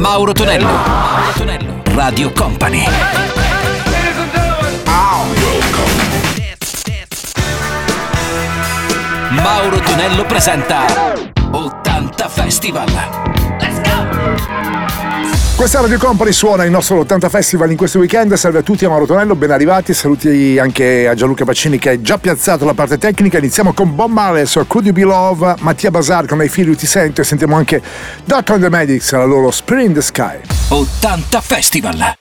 Mauro Tonello. Mauro Tonello. Radio Company. Mauro Tonello presenta 80 Festival. Let's go! Questa Radio Company suona il nostro 80 Festival in questo weekend. Salve a tutti, a Mauro Tonello, ben arrivati. Saluti anche a Gianluca Pacini che è già piazzato la parte tecnica. Iniziamo con Bob Marley, Could You Be Love, Mattia Bazar con I Feel You Ti Sento e sentiamo anche Duck on the Medics, la loro Spring in the Sky. 80 Festival.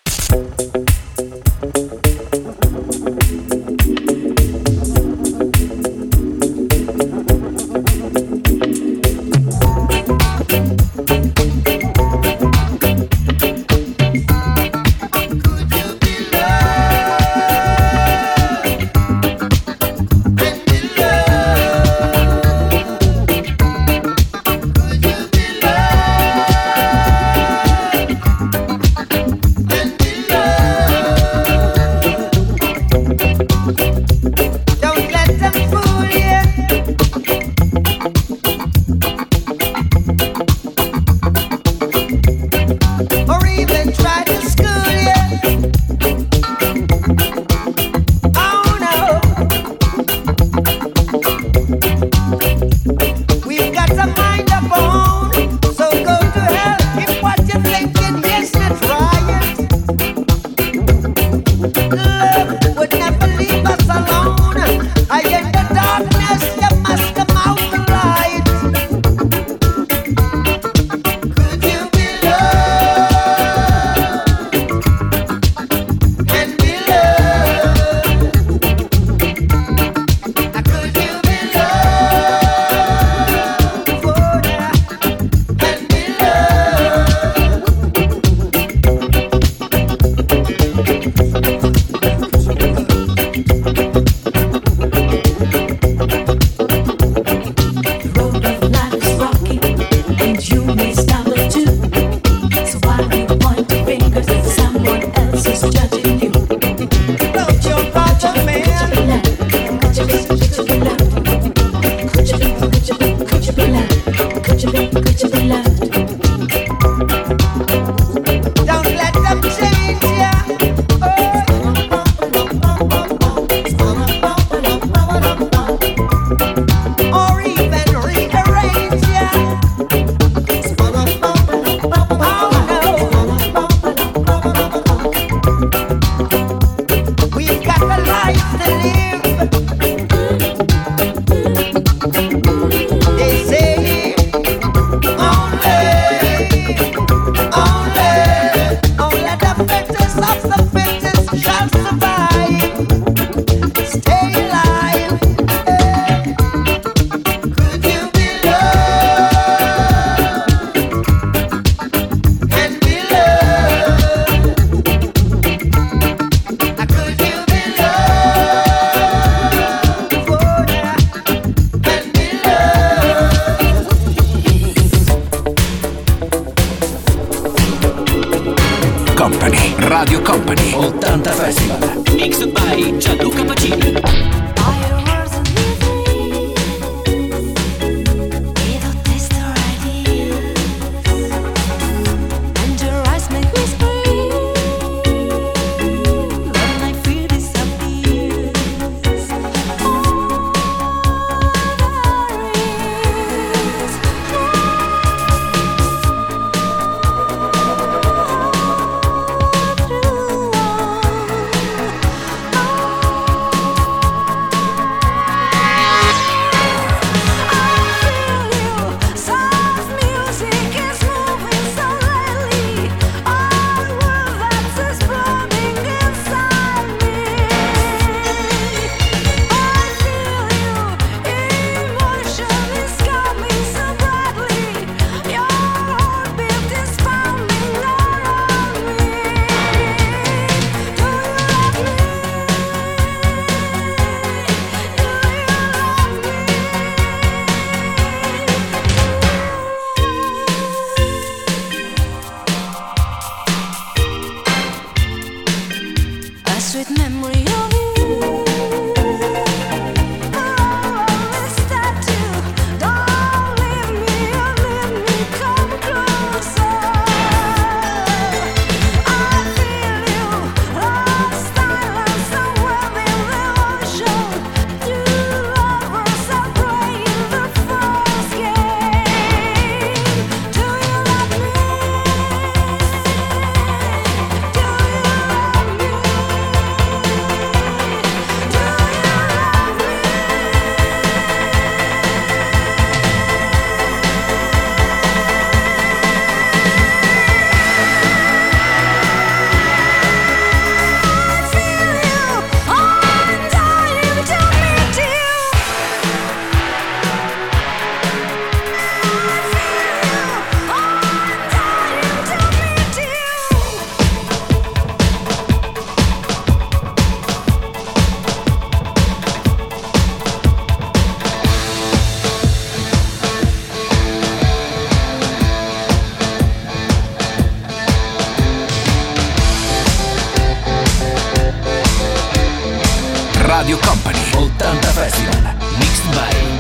Radio Company 80 Festival. Mixed by Gianluca Pacini.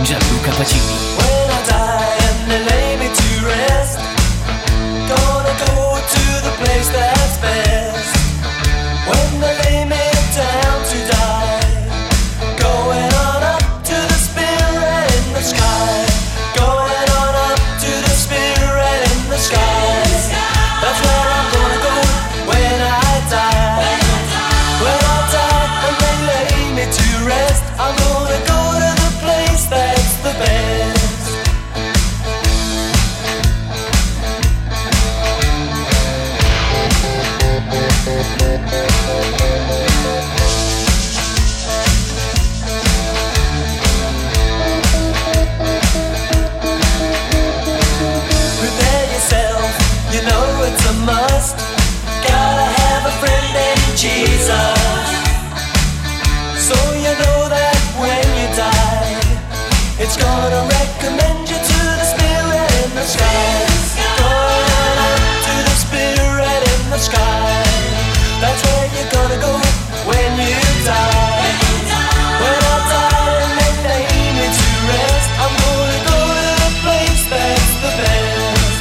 Gianluca Pacini. When I die and they lay me to rest, gonna go to the place that's best. When they lay me down to die, going on up to the spirit in the sky, going on up to the spirit in the sky. That's where I'm gonna go when I die. When I die and they lay me to rest, I'm gonna go to the place that's the best. Prepare yourself, you know it's a must. Gotta have a friend named Jesus, so you know that when you die, it's gonna recommend you to the spirit in the sky. Going up to the spirit in the sky. That's where you're gonna go when you die. When I die and they lay me to rest, I'm gonna go to the place that's the best.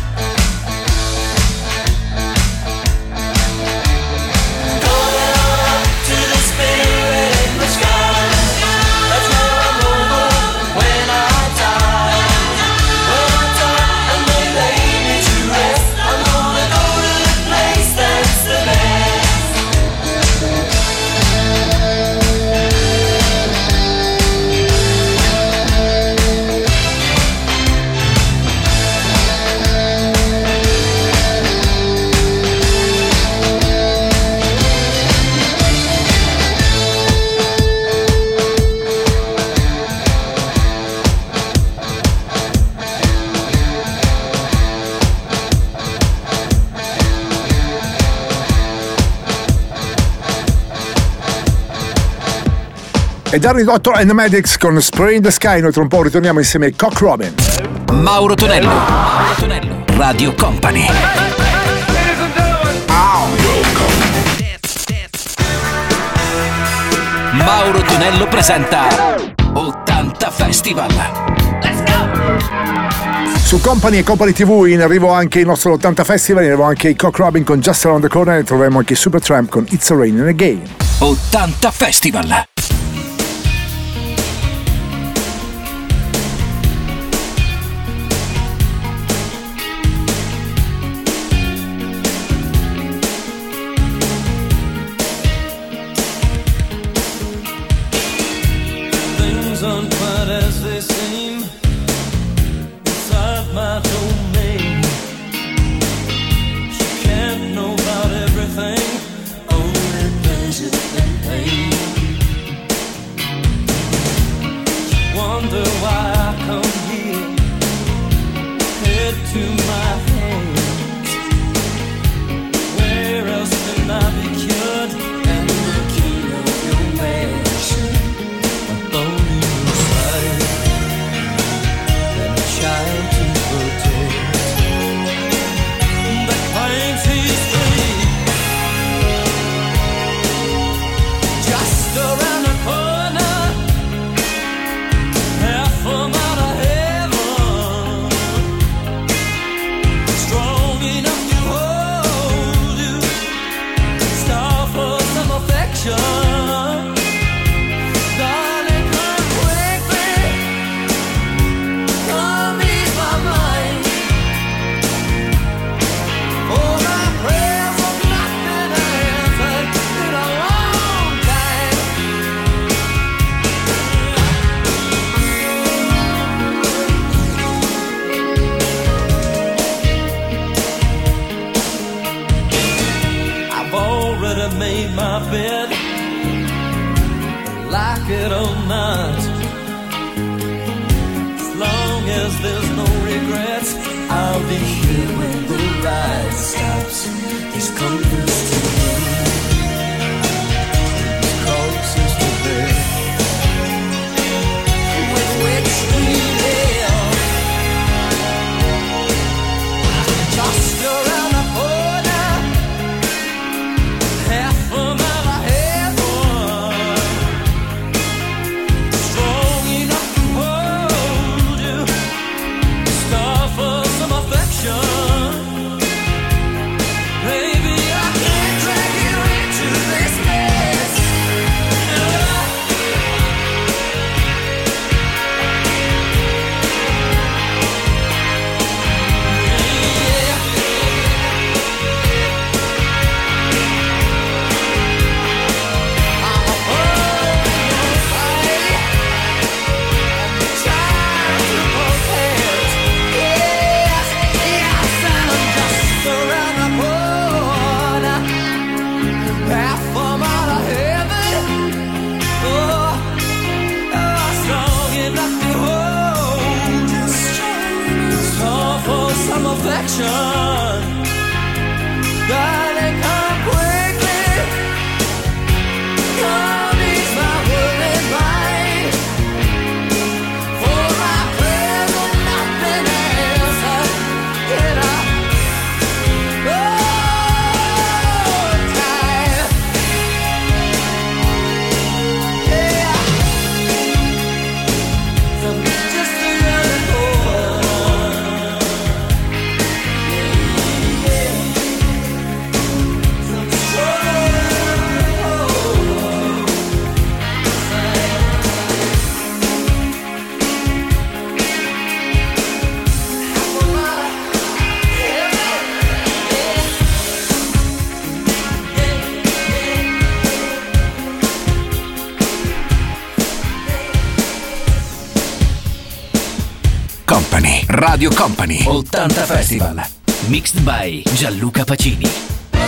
Going on up to the spirit in the sky. That's where I'm gonna go when I die. When I die and they lay me to rest, I'm gonna go to the place that's the best. E Darren Doctor and the Medics con Spray in the Sky. Noi tra un po' ritorniamo insieme ai Cock Robin. Mauro Tonello, Radio Company. Mauro Tonello presenta 80 Festival. Let's go! Su Company e Company TV in arrivo anche il nostro 80 Festival, in arrivo anche i Cock Robin con Just Around the Corner e troviamo anche Supertramp con It's a Raining Again. 80 Festival. Things aren't quite as they seem inside my domain. She can't know about everything, only pleasure and pain. Wonder why I come here, head to my hands. Where else can I be cured and the king of your mansion? Only inside and a child to protect that claims he's free. Just around the corner, half a mile of heaven, strong enough to hold you, star for some affection. Darling, come quickly, come ease my mind. Oh, my prayers have not been answered in a long time. I've already made my bed, like it or not. As long as there's no regrets, I'll be here when the ride stops. This compass to me, this closest to bed, with which we live. Just around the corner, half a mile ahead, strong enough to hold. Radio Company 80 Festival. Mixed by Gianluca Pacini.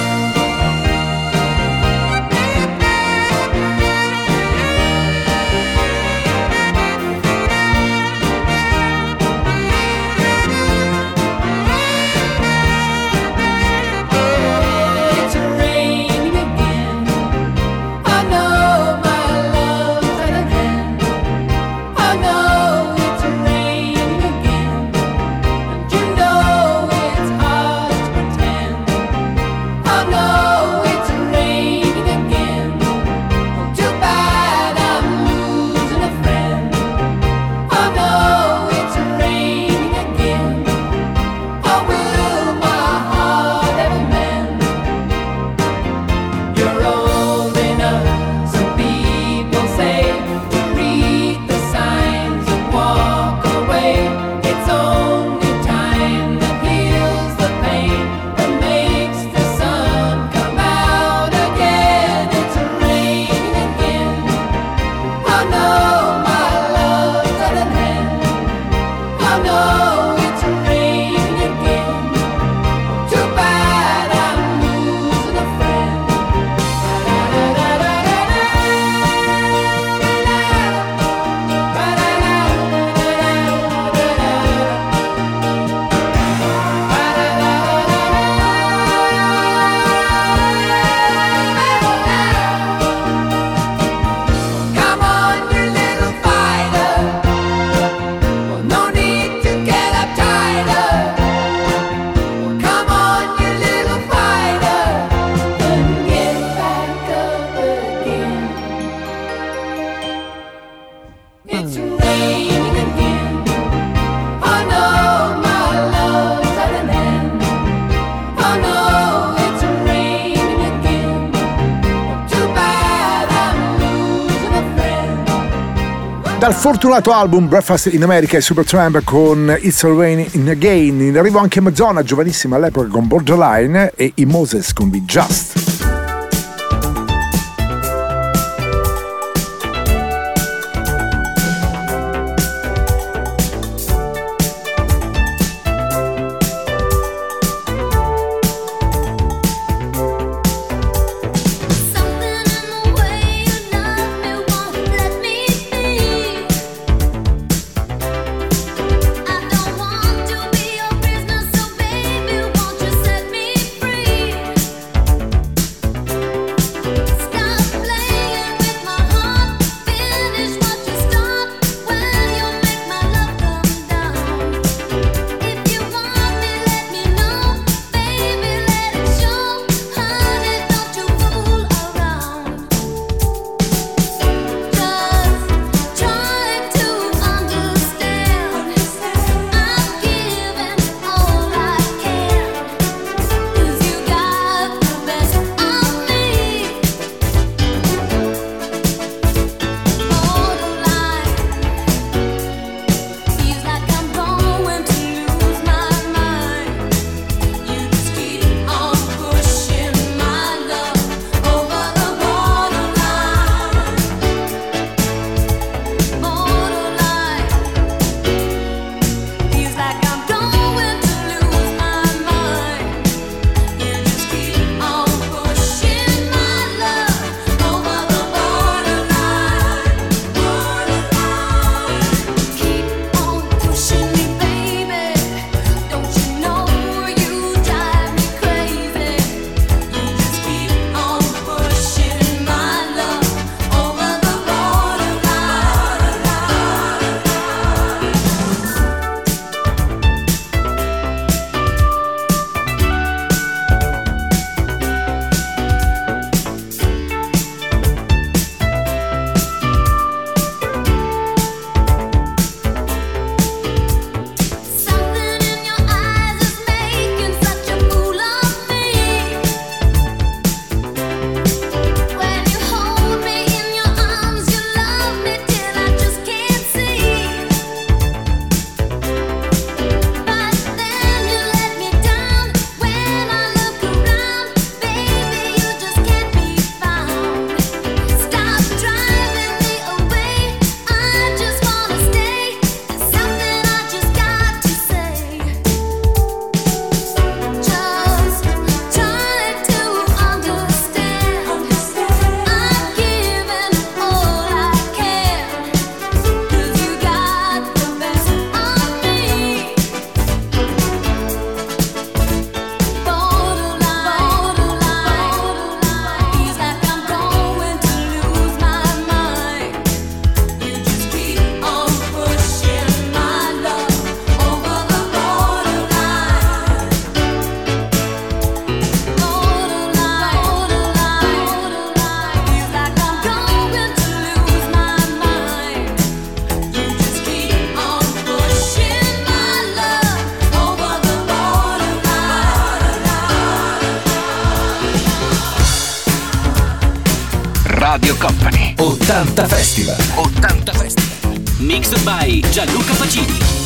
Dal fortunato album Breakfast in America e Supertramp con It's All Raining Again, in arrivo anche Madonna, giovanissima all'epoca con Borderline, e i Moses con Be Just. Set me free. Radio Company 80 Festival. 80 Festival. Mixed by Gianluca Pacini.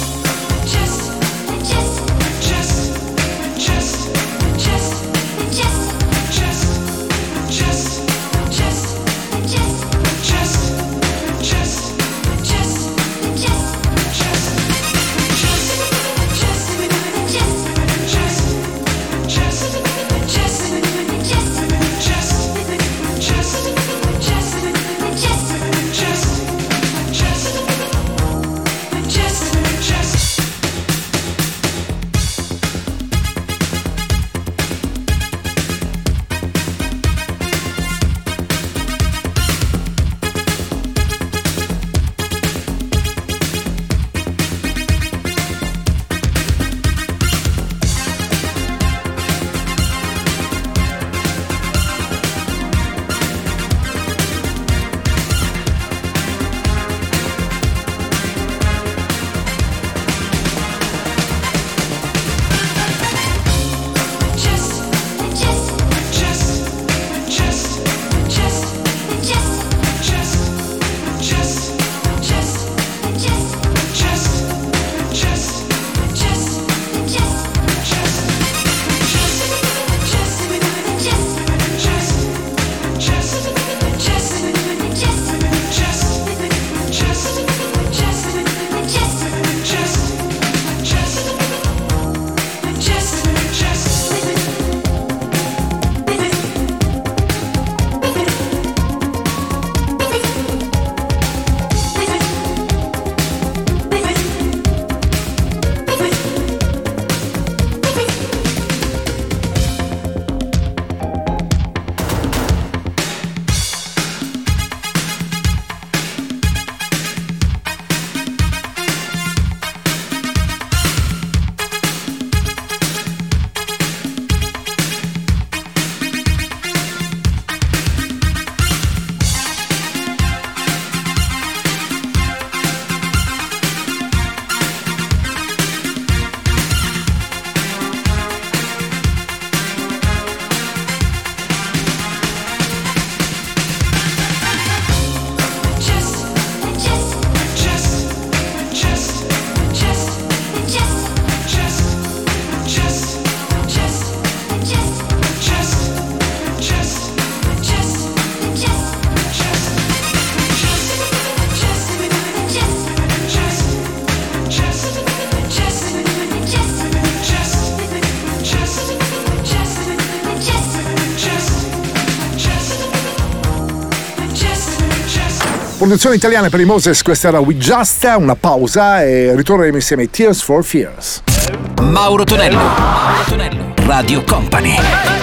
Produzione italiana per i Moses, questa era We Just, una pausa e ritorneremo insieme Tears for Fears. Mauro Tonello, Mauro Tonello, Radio Company.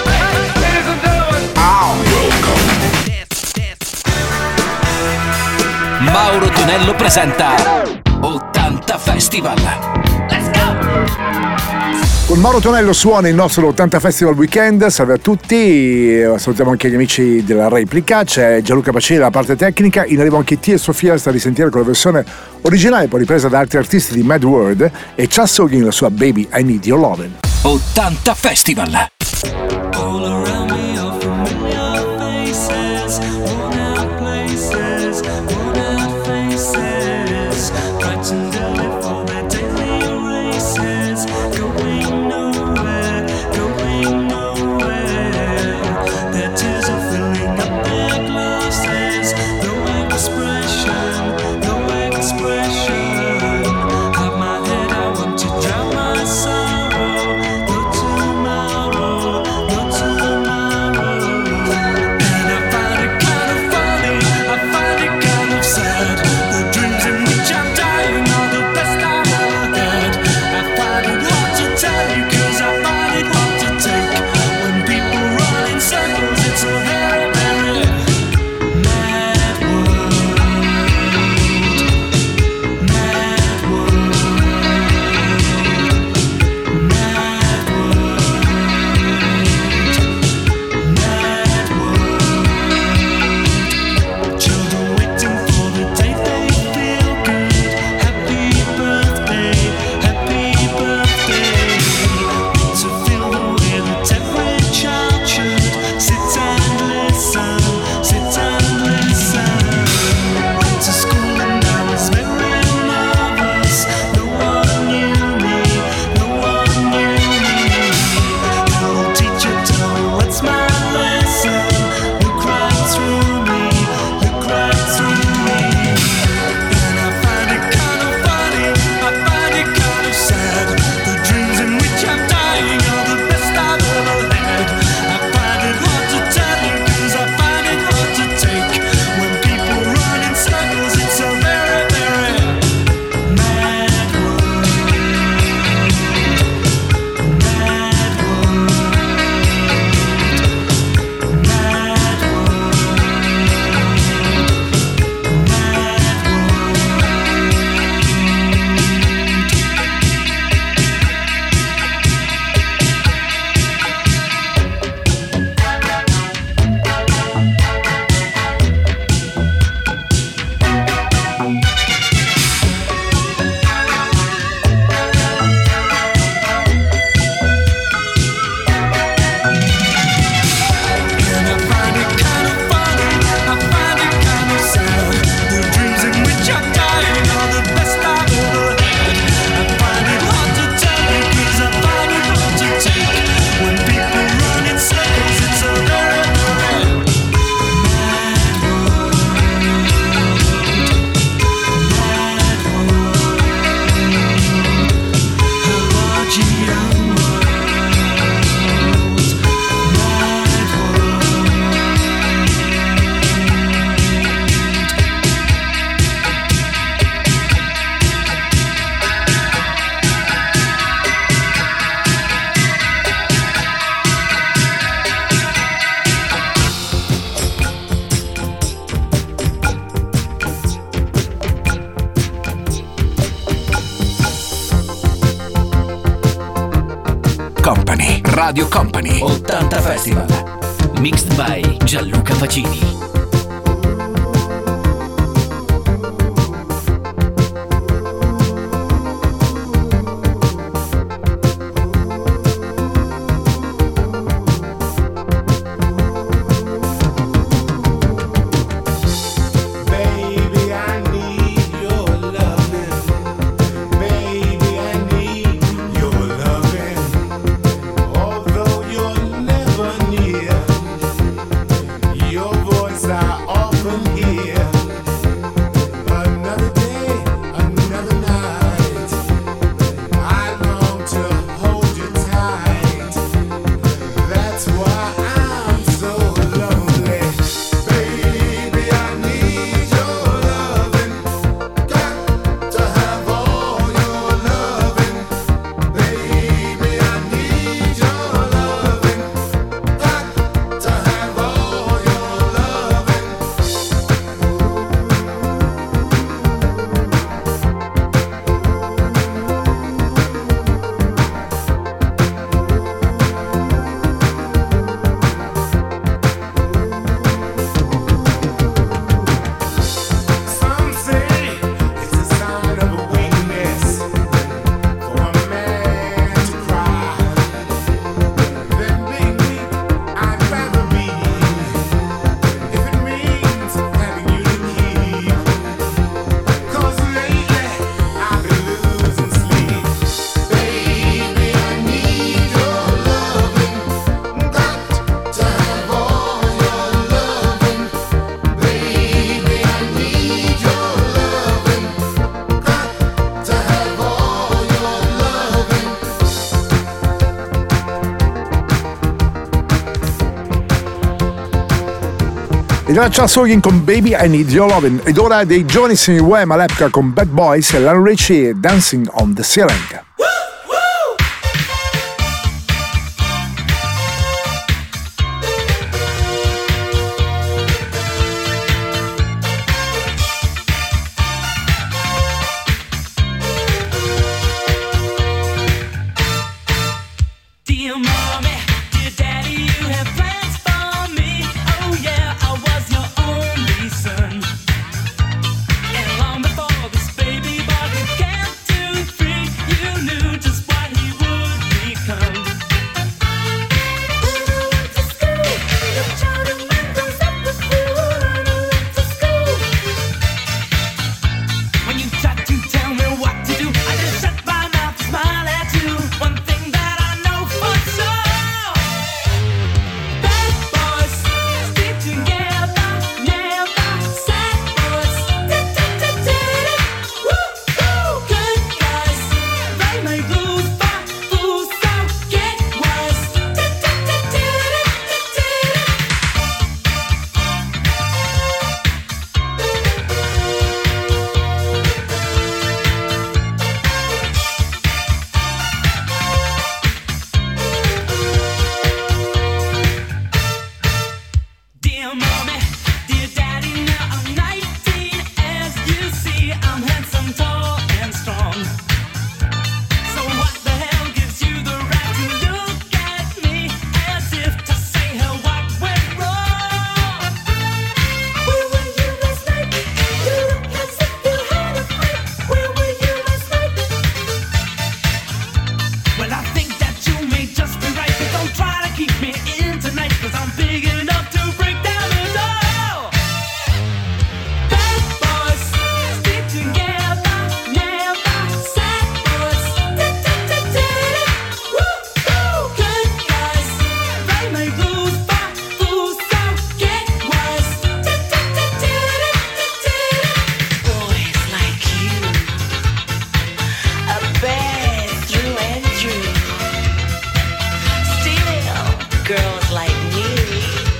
Mauro Tonello presenta 80 Festival. Let's go! Con Mauro Tonello suona il nostro 80 Festival Weekend. Salve a tutti, salutiamo anche gli amici della replica. C'è Gianluca Pacini alla parte tecnica. In arrivo anche Tears for Fears da risentire con la versione originale, poi ripresa da altri artisti di Mad World, e Chas Sogin la sua Baby I Need Your Lovin'. 80 Festival. Have my head, I want to drown my sorrow. Go tomorrow. Radio Company 80 Festival. Mixed by Gianluca Pacini. Era Charles Hogan con Baby I Need Your Lovin', ed ora dei giovanissimi Wham all'epoca con Bad Boys e Lionel Richie Dancing on the Ceiling. Girls like me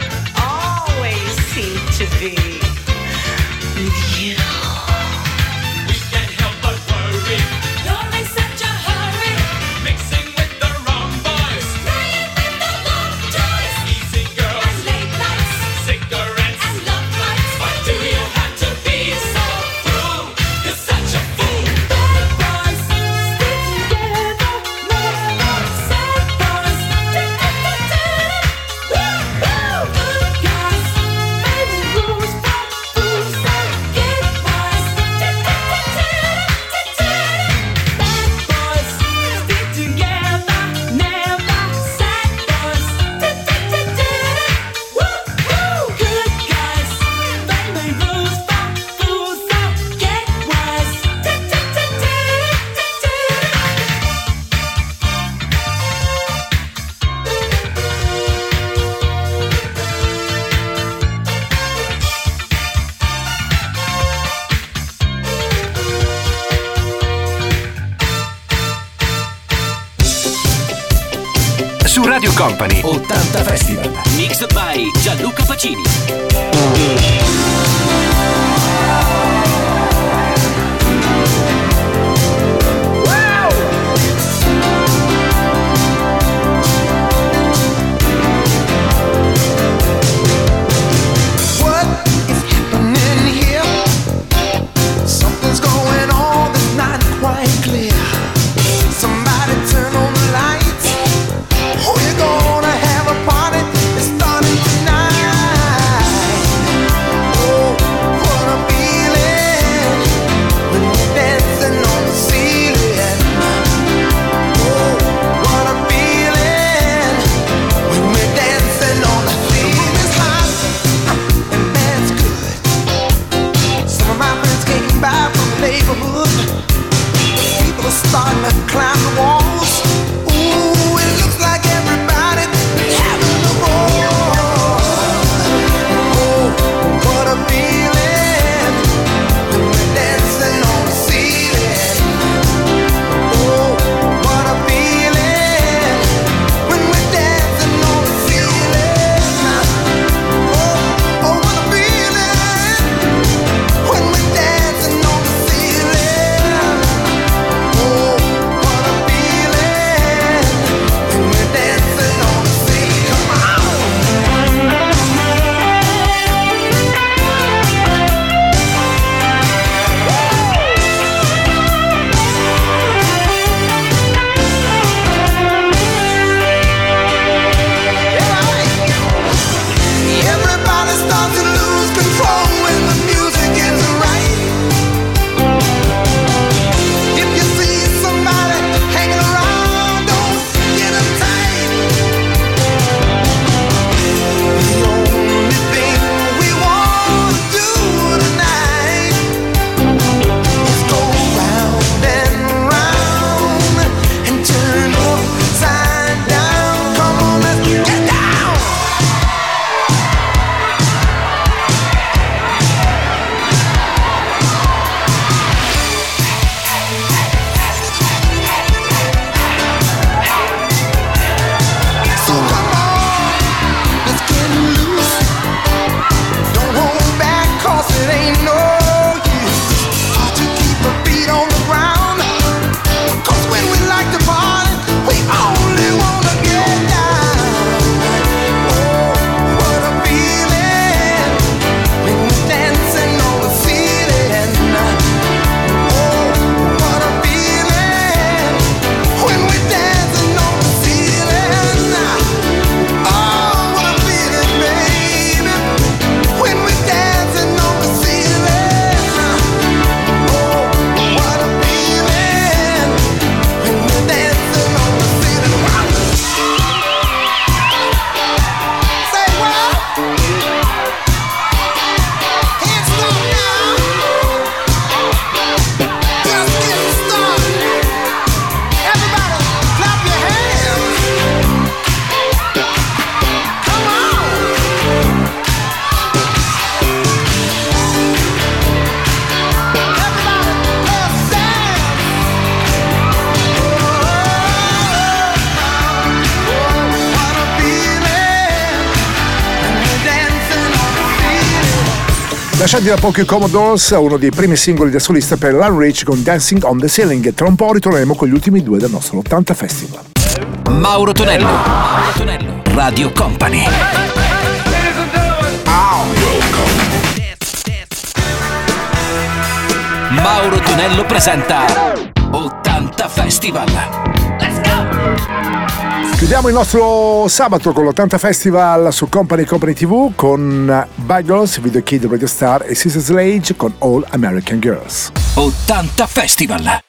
Company 80 Festival. Mixed by Gianluca Pacini. Lasciati da poco i Commodores, uno dei primi singoli da solista per Lionel Rich con Dancing on the Ceiling. Tra un po' ritorneremo con gli ultimi due del nostro 80 Festival. Mauro Tonello, Radio Company. Mauro Tonello presenta 80 Festival. Let's go! Chiudiamo il nostro sabato con l'80 Festival su Company TV con Bad Girls, Video Kid, Radio Star e Sister Sledge con All American Girls. 80 Festival.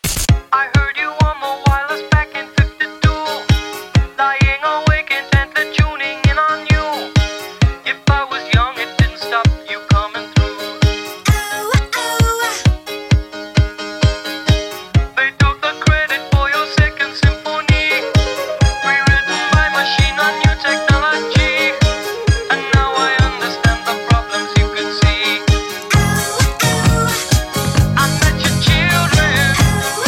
I met your children.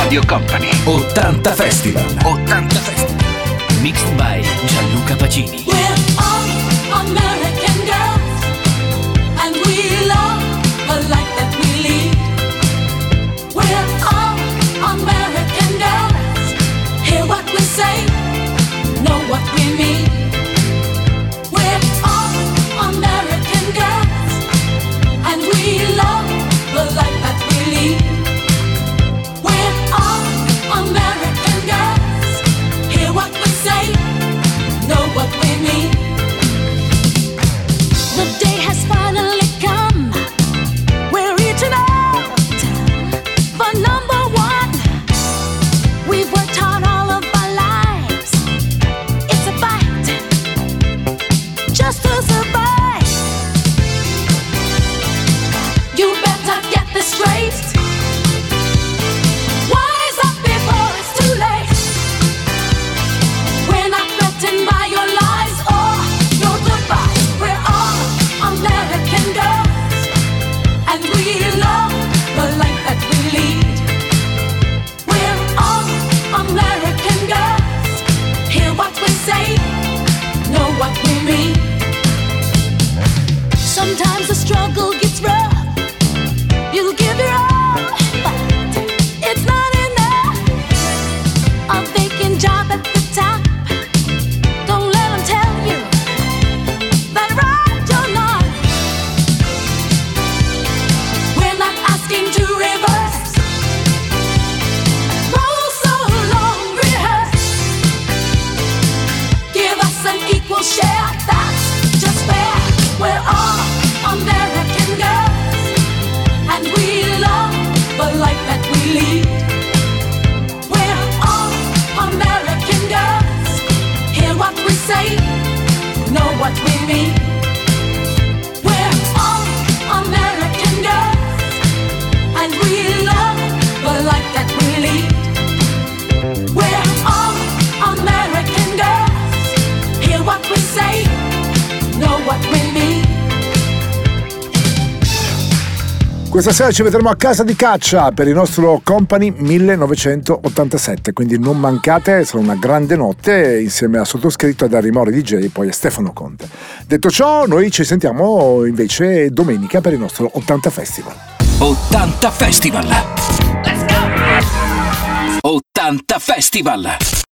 Radio Company. 80 Festival. 80 Festival. Mixed by Gianluca Pacini. We're all American girls, and we love the life that we lead. We're all American girls. Hear what we say, know what we mean. We're all American girls, and we love the life that we lead. We're all American girls. Hear what we say, know what we mean. The day has finally come. We're reaching out for number one. We've worked hard all of our lives. It's a fight just to survive. You better get this straight. Wise up before it's too late. We're not threatened by your lies or your goodbyes. We're all American girls, and we love the life that we lead. We're all American girls. Hear what we say, know what we mean. Sometimes the struggle gets rough. You'll give your all, but it's not enough. A vacant job at the top. Don't let them tell you that right you're not. We're not asking to reverse. Roll so long, rehearse. Give us an equal share, that's just fair. We're all American girls, and we love the life that we lead. We're all American girls. Hear what we say, know what we mean. We're all American girls, and we love the life that we lead. We're all American girls. Hear what we say, know what we mean. Questa sera ci vedremo a casa di caccia per il nostro Company 1987, quindi non mancate, sarà una grande notte insieme a sottoscritto, a Darry Mori DJ e poi a Stefano Conte. Detto ciò, noi ci sentiamo invece domenica per il nostro 80 Festival. 80 Festival. Let's go! 80 Festival.